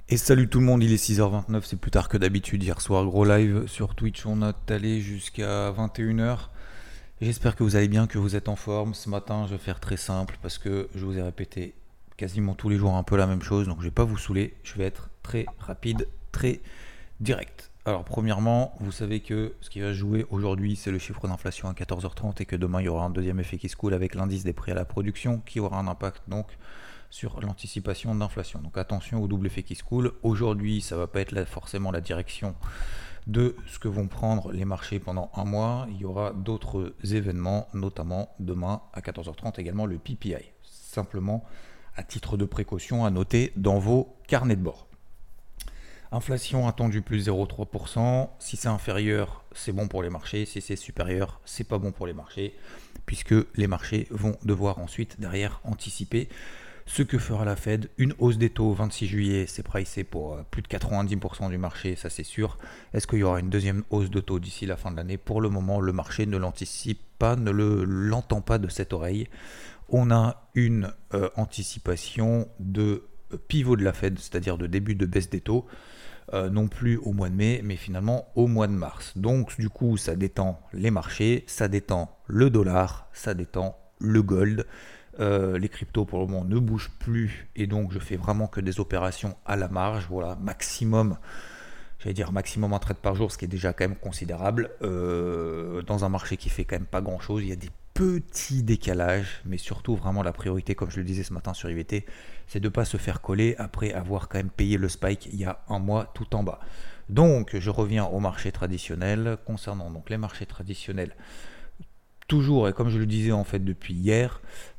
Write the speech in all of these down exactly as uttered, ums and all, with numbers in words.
Et salut tout le monde, il est six heures vingt-neuf, c'est plus tard que d'habitude. Hier soir, gros live sur Twitch, on est allé jusqu'à vingt et une heures. J'espère que vous allez bien, que vous êtes en forme. Ce matin, je vais faire très simple parce que je vous ai répété quasiment tous les jours un peu la même chose, donc je vais pas vous saouler. Je vais être très rapide, très direct. Alors premièrement, vous savez que ce qui va jouer aujourd'hui, c'est le chiffre d'inflation à quatorze heures trente et que demain, il y aura un deuxième effet qui se coule avec l'indice des prix à la production qui aura un impact donc sur l'anticipation d'inflation. Donc attention au double effet qui se coule. Aujourd'hui, ça ne va pas être là forcément la direction de ce que vont prendre les marchés pendant un mois. Il y aura d'autres événements, notamment demain à quatorze heures trente également le P P I. Simplement à titre de précaution à noter dans vos carnets de bord. Inflation attendue plus zéro virgule trois pour cent. Si c'est inférieur, c'est bon pour les marchés. Si c'est supérieur, c'est pas bon pour les marchés, puisque les marchés vont devoir ensuite derrière anticiper ce que fera la Fed. Une hausse des taux vingt-six juillet, c'est pricé pour plus de quatre-vingt-dix pour cent du marché, ça c'est sûr. Est-ce qu'il y aura une deuxième hausse de taux d'ici la fin de l'année? Pour le moment, le marché ne l'anticipe pas, ne le, l'entend pas de cette oreille. On a une euh, anticipation de pivot de la Fed, c'est-à-dire de début de baisse des taux, euh, non plus au mois de mai, mais finalement au mois de mars. Donc du coup, ça détend les marchés, ça détend le dollar, ça détend le gold. Euh, les cryptos pour le moment ne bougent plus et donc je fais vraiment que des opérations à la marge, voilà, maximum, j'allais dire maximum un trade par jour, ce qui est déjà quand même considérable, euh, dans un marché qui fait quand même pas grand chose. Il y a des petits décalages, mais surtout vraiment la priorité, comme je le disais ce matin sur I V T, c'est de ne pas se faire coller après avoir quand même payé le spike il y a un mois tout en bas. Donc je reviens au marché traditionnel. Concernant donc les marchés traditionnels, toujours, et comme je le disais en fait depuis hier,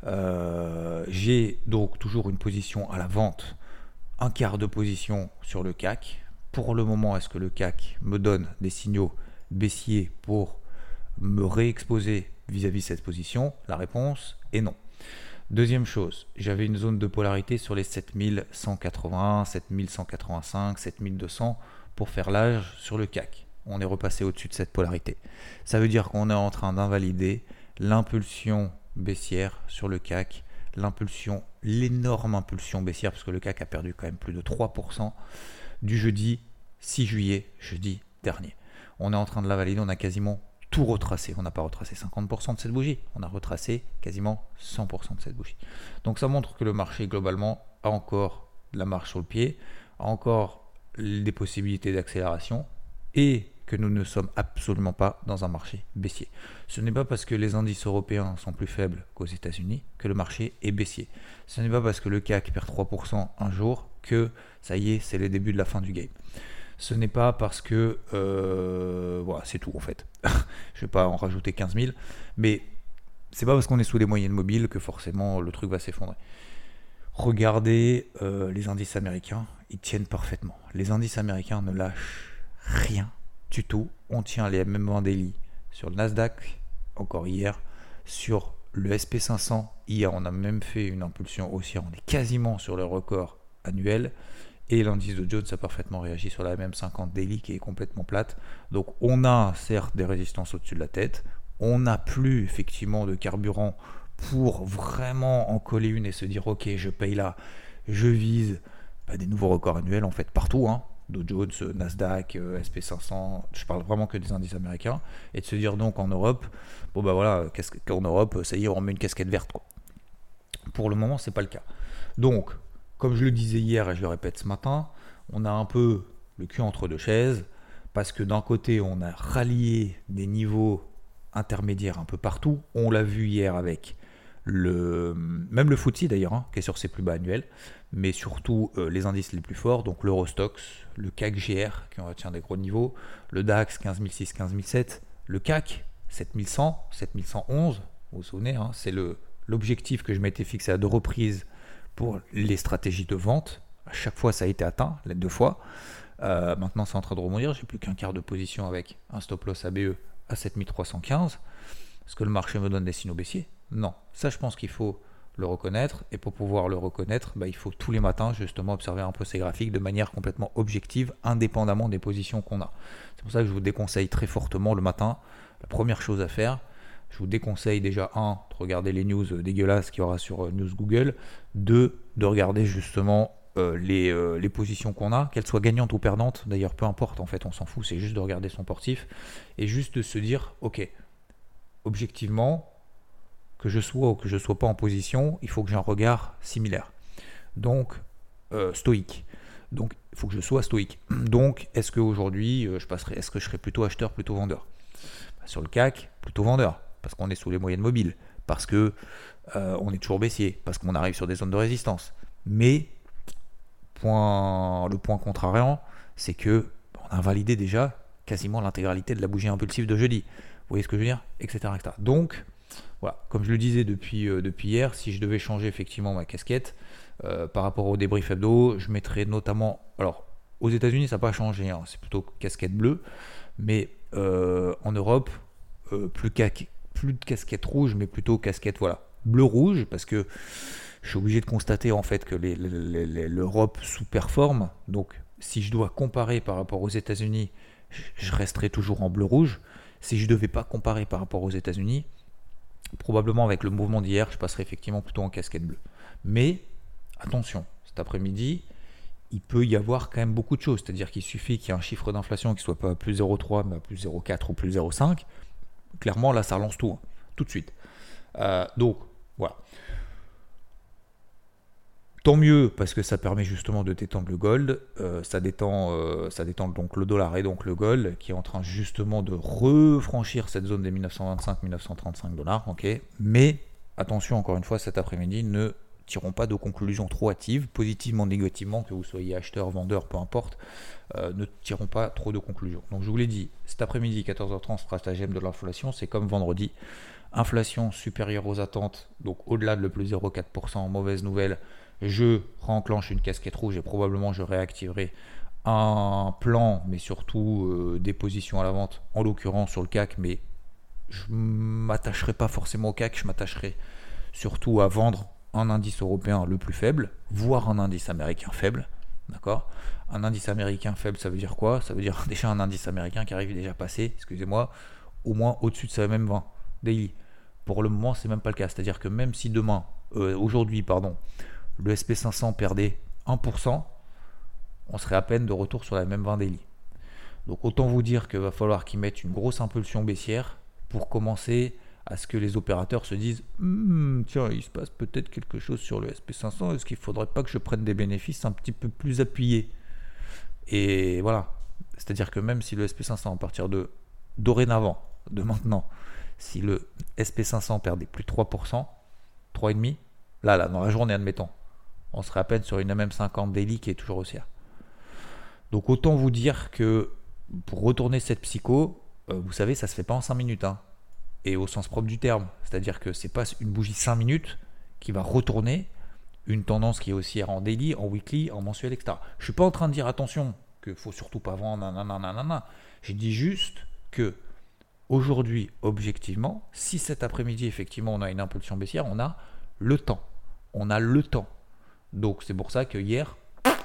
euh, j'ai donc toujours une position à la vente, un quart de position sur le C A C. Pour le moment, est-ce que le C A C me donne des signaux baissiers pour me réexposer vis-à-vis de cette position? La réponse est non. Deuxième chose, j'avais une zone de polarité sur les sept mille cent quatre-vingts, sept mille cent quatre-vingt-cinq, sept mille deux cents pour faire l'âge sur le C A C. On est repassé au-dessus de cette polarité. Ça veut dire qu'on est en train d'invalider l'impulsion baissière sur le C A C, l'impulsion, l'énorme impulsion baissière, parce que le C A C a perdu quand même plus de trois pour cent du jeudi six juillet, jeudi dernier. On est en train de la valider, on a quasiment tout retracé. On n'a pas retracé cinquante pour cent de cette bougie, on a retracé quasiment cent pour cent de cette bougie. Donc ça montre que le marché globalement a encore de la marche sur le pied, a encore des possibilités d'accélération et que nous ne sommes absolument pas dans un marché baissier. Ce n'est pas parce que les indices européens sont plus faibles qu'aux États-Unis que le marché est baissier. Ce n'est pas parce que le C A C perd trois pour cent un jour que ça y est, c'est le début de la fin du game. Ce n'est pas parce que... Euh, voilà, c'est tout en fait. Je ne vais pas en rajouter quinze mille, mais c'est pas parce qu'on est sous les moyennes mobiles que forcément le truc va s'effondrer. Regardez euh, les indices américains, ils tiennent parfaitement. Les indices américains ne lâchent rien du tout. On tient les M M un daily sur le Nasdaq, encore hier, sur le S P cinq cents. Hier, on a même fait une impulsion haussière. On est quasiment sur le record annuel. Et l'indice de Jones a parfaitement réagi sur la M M cinquante daily qui est complètement plate. Donc on a certes des résistances au-dessus de la tête. On n'a plus effectivement de carburant pour vraiment en coller une et se dire ok, je paye là, je vise bah, des nouveaux records annuels en fait partout, hein. Dow Jones, Nasdaq, euh, S P cinq cents, je parle vraiment que des indices américains, et de se dire donc en Europe, bon bah voilà, qu'en Europe, ça y est, on met une casquette verte quoi. Pour le moment, c'est pas le cas. Donc, comme je le disais hier et je le répète ce matin, on a un peu le cul entre deux chaises, parce que d'un côté, on a rallié des niveaux intermédiaires un peu partout. On l'a vu hier avec le, même le F T S E d'ailleurs, hein, qui est sur ses plus bas annuels, mais surtout euh, les indices les plus forts, donc l'Eurostoxx, le C A C G R qui en retient des gros niveaux, le DAX quinze mille six, quinze mille sept, le C A C sept mille cent, sept mille cent onze, vous vous souvenez, hein, c'est le, l'objectif que je m'étais fixé à deux reprises pour les stratégies de vente. À chaque fois ça a été atteint, les deux fois. Euh, maintenant c'est en train de rebondir, j'ai plus qu'un quart de position avec un stop loss A B E à sept mille trois cent quinze. Est-ce que le marché me donne des signaux baissiers? Non. Ça, je pense qu'il faut le reconnaître. Et pour pouvoir le reconnaître, bah, il faut tous les matins justement observer un peu ces graphiques de manière complètement objective, indépendamment des positions qu'on a. C'est pour ça que je vous déconseille très fortement le matin. La première chose à faire, je vous déconseille déjà, un, de regarder les news dégueulasses qu'il y aura sur News Google. Deux, de regarder justement euh, les, euh, les positions qu'on a, qu'elles soient gagnantes ou perdantes, d'ailleurs peu importe, en fait on s'en fout, c'est juste de regarder son portif et juste de se dire, ok, objectivement, que je sois ou que je ne sois pas en position, il faut que j'ai un regard similaire. Donc, euh, stoïque. Donc, il faut que je sois stoïque. Donc, est-ce qu'aujourd'hui, euh, je passerai, est-ce que je serai plutôt acheteur, plutôt vendeur? Bah, sur le C A C, plutôt vendeur, parce qu'on est sous les moyennes mobiles, parce que euh, on est toujours baissier, parce qu'on arrive sur des zones de résistance. Mais, point, le point contrariant, c'est que on a invalidé déjà quasiment l'intégralité de la bougie impulsive de jeudi. Vous voyez ce que je veux dire, etc., et cetera. Donc, voilà, comme je le disais depuis, euh, depuis hier, si je devais changer effectivement ma casquette euh, par rapport au débrief hebdo, je mettrais notamment, alors aux États-Unis ça n'a pas changé, hein, c'est plutôt casquette bleue, mais euh, en Europe, euh, plus, ca- plus de casquette rouge, mais plutôt casquette voilà, bleu-rouge, parce que je suis obligé de constater en fait que les, les, les, l'Europe sous-performe, donc si je dois comparer par rapport aux États-Unis, je resterai toujours en bleu-rouge. Si je ne devais pas comparer par rapport aux États-Unis, probablement avec le mouvement d'hier, je passerai effectivement plutôt en casquette bleue. Mais attention, cet après-midi, il peut y avoir quand même beaucoup de choses. C'est-à-dire qu'il suffit qu'il y ait un chiffre d'inflation qui ne soit pas à plus zéro virgule trois, mais à plus zéro virgule quatre ou plus zéro virgule cinq. Clairement, là, ça relance tout, hein, tout de suite. Euh, donc, voilà. Tant mieux parce que ça permet justement de détendre le gold, euh, ça, détend, euh, ça détend donc le dollar et donc le gold qui est en train justement de refranchir cette zone des mille neuf cent vingt-cinq mille neuf cent trente-cinq dollars. Okay, mais attention encore une fois cet après-midi, ne tirons pas de conclusions trop hâtives, positivement, négativement, que vous soyez acheteur, vendeur, peu importe, euh, ne tirons pas trop de conclusions. Donc je vous l'ai dit, cet après-midi quatorze heures trente, stratagème de l'inflation, c'est comme vendredi, inflation supérieure aux attentes, donc au-delà de le plus zéro virgule quatre pour cent, mauvaise nouvelle. Je renclenche une casquette rouge et probablement je réactiverai un plan, mais surtout euh, des positions à la vente, en l'occurrence sur le C A C, mais je ne m'attacherai pas forcément au C A C, je m'attacherai surtout à vendre un indice européen le plus faible, voire un indice américain faible. D'accord ? Un indice américain faible, ça veut dire quoi ? Ça veut dire déjà un indice américain qui arrive déjà passé, excusez-moi, au moins au-dessus de sa même vingt daily. Pour le moment, c'est même pas le cas. C'est-à-dire que même si demain, euh, aujourd'hui, pardon, le S P cinq cents perdait un pour cent, on serait à peine de retour sur la même vingt daily. Donc autant vous dire qu'il va falloir qu'ils mettent une grosse impulsion baissière pour commencer à ce que les opérateurs se disent hm, tiens, il se passe peut-être quelque chose sur le S P cinq cents, est-ce qu'il ne faudrait pas que je prenne des bénéfices un petit peu plus appuyés? Et voilà, c'est-à-dire que même si le S P cinq cents à partir de dorénavant, de maintenant, si le S P cinq cents perdait plus de trois pour cent, trois virgule cinq pour cent, là, là, dans la journée, admettons, on serait à peine sur une M M cinquante daily qui est toujours haussière. Donc autant vous dire que pour retourner cette psycho, euh, vous savez, ça se fait pas en cinq minutes, hein, et au sens propre du terme. C'est-à-dire que c'est pas une bougie cinq minutes qui va retourner une tendance qui est haussière en daily, en weekly, en mensuel, et cetera. Je suis pas en train de dire attention qu'il faut surtout pas vendre, nanana, nanana. Je dis juste que aujourd'hui, objectivement, si cet après-midi effectivement on a une impulsion baissière, on a le temps. On a le temps. Donc c'est pour ça que hier,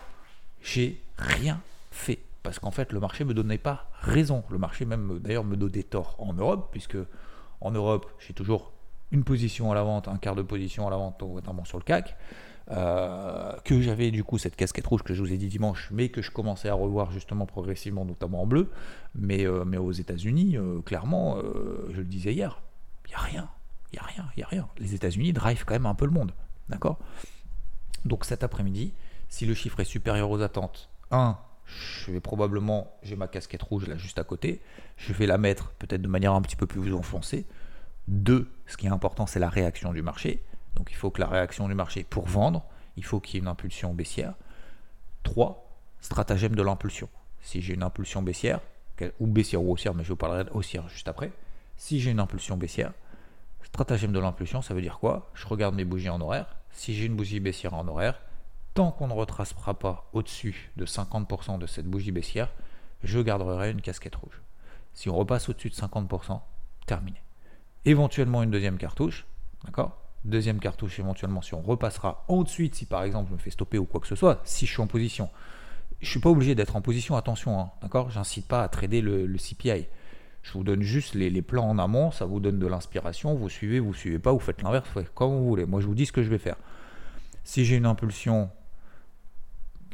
j'ai rien fait. Parce qu'en fait, le marché ne me donnait pas raison. Le marché même d'ailleurs me donnait tort en Europe, puisque en Europe, j'ai toujours une position à la vente, un quart de position à la vente, notamment sur le C A C, euh, que j'avais du coup cette casquette rouge que je vous ai dit dimanche, mais que je commençais à revoir justement progressivement, notamment en bleu. Mais, euh, mais aux États-Unis, euh, clairement, euh, je le disais hier, il n'y a rien. Il n'y a rien, il n'y a rien. Les États-Unis drivent quand même un peu le monde. D'accord ? Donc cet après-midi, si le chiffre est supérieur aux attentes, un, je vais probablement, j'ai ma casquette rouge là juste à côté, je vais la mettre peut-être de manière un petit peu plus enfoncée. Deux, ce qui est important, c'est la réaction du marché. Donc il faut que la réaction du marché, pour vendre, il faut qu'il y ait une impulsion baissière. Trois, stratagème de l'impulsion. Si j'ai une impulsion baissière, ou baissière ou haussière, mais je vous parlerai de haussière juste après. Si j'ai une impulsion baissière, stratagème de l'impulsion, ça veut dire quoi ? Je regarde mes bougies en horaire. Si j'ai une bougie baissière en horaire, tant qu'on ne retracera pas au-dessus de cinquante pour cent de cette bougie baissière, je garderai une casquette rouge. Si on repasse au-dessus de cinquante pour cent, terminé. Éventuellement une deuxième cartouche, d'accord ? Deuxième cartouche éventuellement si on repassera ensuite, si par exemple je me fais stopper ou quoi que ce soit, si je suis en position. Je ne suis pas obligé d'être en position, attention, hein, d'accord ? J'incite pas à trader le, le C P I. Je vous donne juste les, les plans en amont, ça vous donne de l'inspiration, vous suivez, vous suivez pas, vous faites l'inverse, vous faites comme vous voulez. Moi je vous dis ce que je vais faire. Si j'ai une impulsion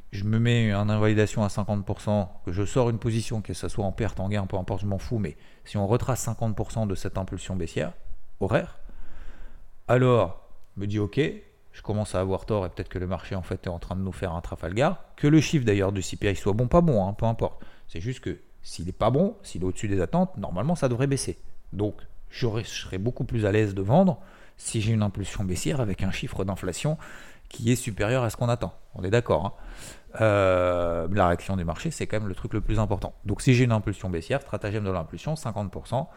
je me mets une invalidation à cinquante pour cent, que je sors une position, que ce soit en perte, en gain, peu importe, je m'en fous, mais si on retrace cinquante pour cent de cette impulsion baissière, horaire, alors, je me dis ok, je commence à avoir tort et peut-être que le marché en fait est en train de nous faire un Trafalgar, que le chiffre d'ailleurs du C P I soit bon, pas bon, hein, peu importe. C'est juste que s'il n'est pas bon, s'il est au-dessus des attentes, normalement ça devrait baisser. Donc, je serai beaucoup plus à l'aise de vendre si j'ai une impulsion baissière avec un chiffre d'inflation qui est supérieur à ce qu'on attend. On est d'accord, hein. Euh, la réaction du marché, c'est quand même le truc le plus important. Donc si j'ai une impulsion baissière, stratagème de l'impulsion, cinquante pour cent.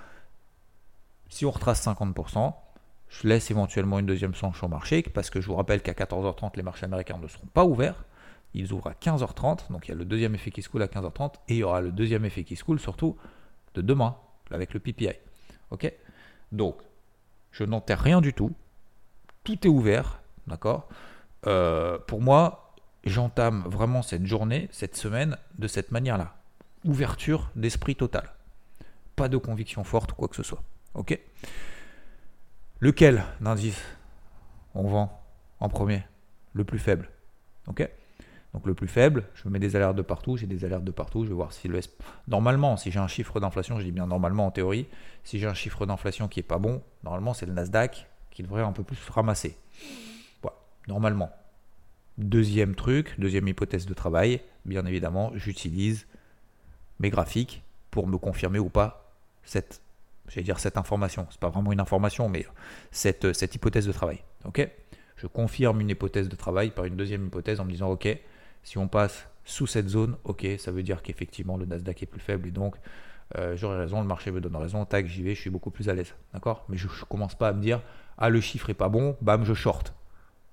Si on retrace cinquante pour cent, je laisse éventuellement une deuxième planche au marché, parce que je vous rappelle qu'à quatorze heures trente, les marchés américains ne seront pas ouverts. Ils ouvrent à quinze heures trente, donc il y a le deuxième effet qui se coule à quinze heures trente, et il y aura le deuxième effet qui se coule surtout de demain, avec le P P I. Ok ? Donc, je n'enterre rien du tout. Tout est ouvert, d'accord ? euh, Pour moi, j'entame vraiment cette journée, cette semaine, de cette manière-là. Ouverture d'esprit total. Pas de conviction forte ou quoi que ce soit. Ok ? Lequel d'indice on vend en premier ? Le plus faible. Ok ? Donc le plus faible, je mets des alertes de partout, j'ai des alertes de partout, je vais voir si le S P... Normalement, si j'ai un chiffre d'inflation, je dis bien normalement en théorie, si j'ai un chiffre d'inflation qui n'est pas bon, normalement c'est le Nasdaq qui devrait un peu plus ramasser. Voilà, normalement. Deuxième truc, deuxième hypothèse de travail, bien évidemment, j'utilise mes graphiques pour me confirmer ou pas cette, j'allais dire cette information. C'est pas vraiment une information, mais cette, cette hypothèse de travail. Ok ? Je confirme une hypothèse de travail par une deuxième hypothèse en me disant ok, si on passe sous cette zone, ok, ça veut dire qu'effectivement le Nasdaq est plus faible et donc euh, j'aurai raison, le marché me donne raison, tac, j'y vais, je suis beaucoup plus à l'aise. D'accord ? Mais je ne commence pas à me dire ah, le chiffre est pas bon, bam, je short. D'accord ?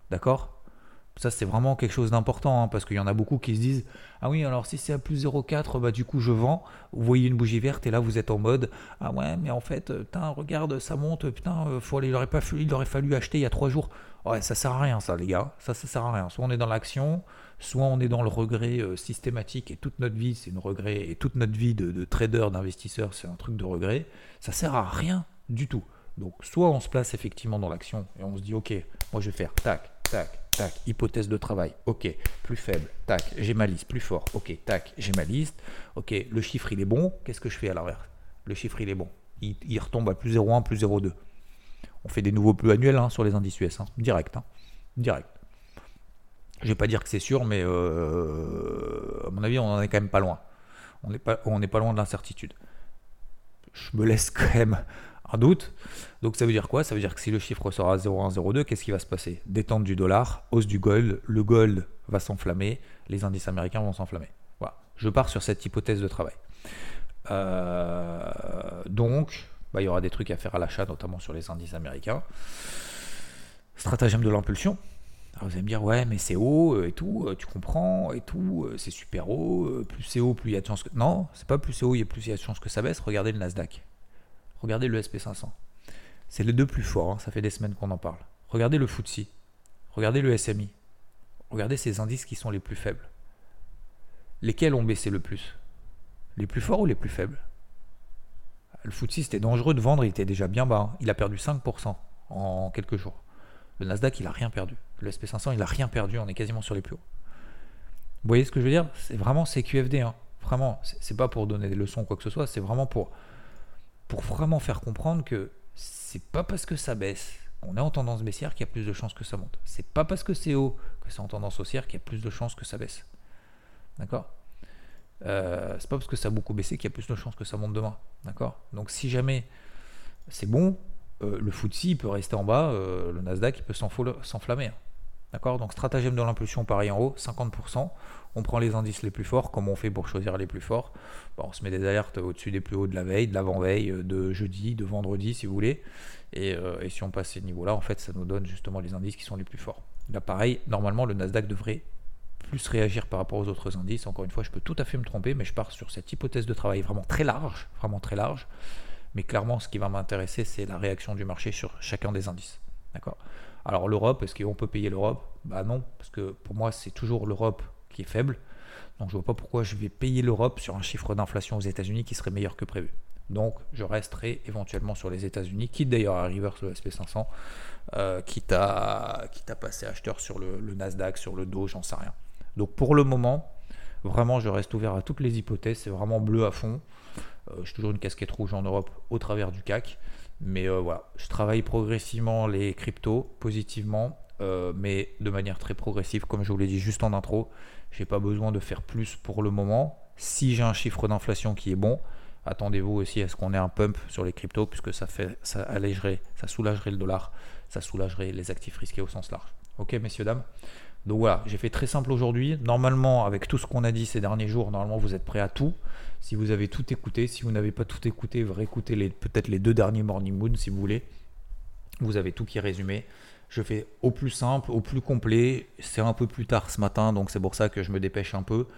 Ça, c'est vraiment quelque chose d'important, hein, parce qu'il y en a beaucoup qui se disent ah oui, alors si c'est à plus zéro virgule quatre, bah du coup je vends. Vous voyez une bougie verte et là vous êtes en mode ah ouais, mais en fait, putain, regarde, ça monte, putain, faut aller, il, aurait pas fallu, il aurait fallu acheter il y a trois jours. Ouais, ça sert à rien, ça, les gars. Ça, ça sert à rien. Soit on est dans l'action, soit on est dans le regret euh, systématique et toute notre vie, c'est une regret, et toute notre vie de, de trader, d'investisseur, c'est un truc de regret. Ça sert à rien du tout. Donc, soit on se place effectivement dans l'action et on se dit ok, moi je vais faire tac, tac, tac, hypothèse de travail, ok, plus faible, tac, j'ai ma liste, plus fort, ok, tac, j'ai ma liste, ok, le chiffre il est bon, qu'est-ce que je fais à l'inverse ? Le chiffre il est bon, il, il retombe à plus zéro virgule un, plus zéro virgule deux. On fait des nouveaux plus annuels hein, sur les indices U S, hein, direct, hein, direct. Je vais pas dire que c'est sûr, mais euh, à mon avis on en est quand même pas loin. On n'est pas, on n'est pas loin de l'incertitude. Je me laisse quand même un doute. Donc ça veut dire quoi ? Ça veut dire que si le chiffre sera à zéro virgule un, zéro virgule deux, qu'est-ce qui va se passer ? Détente du dollar, hausse du gold, le gold va s'enflammer, les indices américains vont s'enflammer. Voilà. Je pars sur cette hypothèse de travail. Euh, donc, bah, il y aura des trucs à faire à l'achat, notamment sur les indices américains. Stratagème de l'impulsion. Alors vous allez me dire, ouais, mais c'est haut et tout, tu comprends, et tout, c'est super haut, plus c'est haut, plus il y a de chances que... Non, c'est pas plus c'est haut, il y a plus il y a de chances que ça baisse. Regardez le Nasdaq. Regardez le S P cinq cents. C'est les deux plus forts, hein, ça fait des semaines qu'on en parle. Regardez le F T S E. Regardez le S M I. Regardez ces indices qui sont les plus faibles. Lesquels ont baissé le plus ? Les plus forts ou les plus faibles ? Le F T S E, c'était dangereux de vendre, il était déjà bien bas. Hein. Il a perdu cinq pour cent en quelques jours. Le Nasdaq, il n'a rien perdu. Le S P cinq cents, il n'a rien perdu, on est quasiment sur les plus hauts. Vous voyez ce que je veux dire ? C'est vraiment C Q F D. Hein. Vraiment, c'est, c'est pas pour donner des leçons ou quoi que ce soit, c'est vraiment pour... pour vraiment faire comprendre que c'est pas parce que ça baisse, qu'on est en tendance baissière qu'il y a plus de chances que ça monte. C'est pas parce que c'est haut que c'est en tendance haussière qu'il y a plus de chances que ça baisse. D'accord ? euh, C'est pas parce que ça a beaucoup baissé qu'il y a plus de chances que ça monte demain. D'accord ? Donc si jamais c'est bon, euh, le F T S E il peut rester en bas, euh, le Nasdaq il peut s'enflammer. Hein. D'accord ? Donc stratagème de l'impulsion pareil en haut, cinquante pour cent. On prend les indices les plus forts, comme on fait pour choisir les plus forts. Bon, on se met des alertes au-dessus des plus hauts de la veille, de l'avant-veille, de jeudi, de vendredi si vous voulez. Et, euh, et si on passe ces niveaux-là, en fait, ça nous donne justement les indices qui sont les plus forts. Là, pareil, normalement, le Nasdaq devrait plus réagir par rapport aux autres indices. Encore une fois, je peux tout à fait me tromper, mais je pars sur cette hypothèse de travail vraiment très large, vraiment très large. Mais clairement, ce qui va m'intéresser, c'est la réaction du marché sur chacun des indices. D'accord ? Alors l'Europe, est-ce qu'on peut payer l'Europe ? Bah non, parce que pour moi, c'est toujours l'Europe qui est faible. Donc je ne vois pas pourquoi je vais payer l'Europe sur un chiffre d'inflation aux États-Unis qui serait meilleur que prévu. Donc je resterai éventuellement sur les États-Unis, quitte d'ailleurs à reverse le S P cinq cents, euh, quitte, à, quitte à passer acheteur sur le, le Nasdaq, sur le Dow, j'en sais rien. Donc pour le moment, vraiment, je reste ouvert à toutes les hypothèses. C'est vraiment bleu à fond. Euh, j'ai toujours une casquette rouge en Europe au travers du C A C. Mais euh, voilà, je travaille progressivement les cryptos positivement, euh, mais de manière très progressive, comme je vous l'ai dit juste en intro. J'ai pas besoin de faire plus pour le moment. Si j'ai un chiffre d'inflation qui est bon, attendez-vous aussi à ce qu'on ait un pump sur les cryptos, puisque ça fait, ça allégerait, ça soulagerait le dollar, ça soulagerait les actifs risqués au sens large. Ok, messieurs, dames. Donc voilà, j'ai fait très simple aujourd'hui. Normalement, avec tout ce qu'on a dit ces derniers jours, normalement vous êtes prêts à tout. Si vous avez tout écouté, si vous n'avez pas tout écouté, vous réécoutez les, peut-être les deux derniers Morning Moon si vous voulez. Vous avez tout qui est résumé. Je fais au plus simple, au plus complet. C'est un peu plus tard ce matin, donc c'est pour ça que je me dépêche un peu.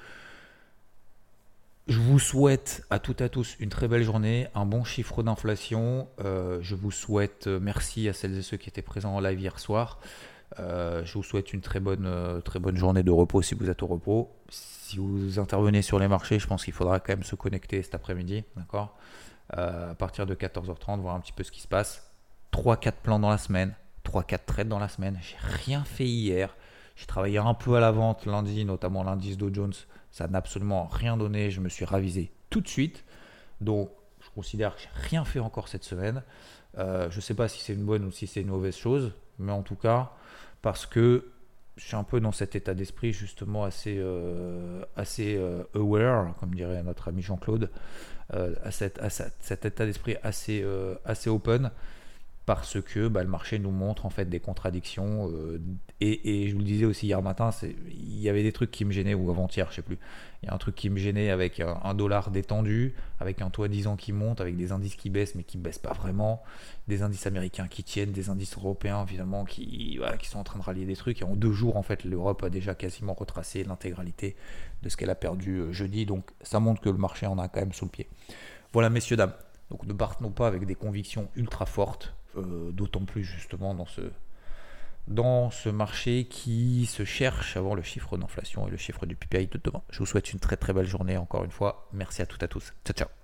Je vous souhaite à toutes et à tous une très belle journée, un bon chiffre d'inflation. Euh, je vous souhaite euh, merci à celles et ceux qui étaient présents en live hier soir. Euh, je vous souhaite une très bonne, euh, très bonne journée de repos si vous êtes au repos. Si vous intervenez sur les marchés, je pense qu'il faudra quand même se connecter cet après-midi, d'accord, euh, à partir de quatorze heures trente, voir un petit peu ce qui se passe. trois quatre plans dans la semaine, trois quatre trades dans la semaine. J'ai rien fait hier. J'ai travaillé un peu à la vente lundi, notamment l'indice Dow Jones. Ça n'a absolument rien donné. Je me suis ravisé tout de suite. Donc, je considère que j'ai rien fait encore cette semaine. Euh, je ne sais pas si c'est une bonne ou si c'est une mauvaise chose. Mais en tout cas, parce que je suis un peu dans cet état d'esprit justement assez, euh, assez euh, aware, comme dirait notre ami Jean-Claude, euh, à, cette, à cette, cet état d'esprit assez, euh, assez open. Parce que bah, le marché nous montre en fait des contradictions euh, et, et je vous le disais aussi hier matin, c'est, il y avait des trucs qui me gênaient, ou avant-hier, je sais plus. Il y a un truc qui me gênait avec un, un dollar détendu, avec un taux à dix ans qui monte, avec des indices qui baissent mais qui ne baissent pas vraiment, des indices américains qui tiennent, des indices européens finalement qui, voilà, qui sont en train de rallier des trucs. Et en deux jours, en fait, l'Europe a déjà quasiment retracé l'intégralité de ce qu'elle a perdu euh, jeudi. Donc ça montre que le marché en a quand même sous le pied. Voilà, messieurs, dames. Donc ne partons pas avec des convictions ultra fortes. Euh, d'autant plus justement dans ce, dans ce marché qui se cherche avant le chiffre d'inflation et le chiffre du P P I de demain. Je vous souhaite une très très belle journée encore une fois. Merci à toutes et à tous. Ciao ciao.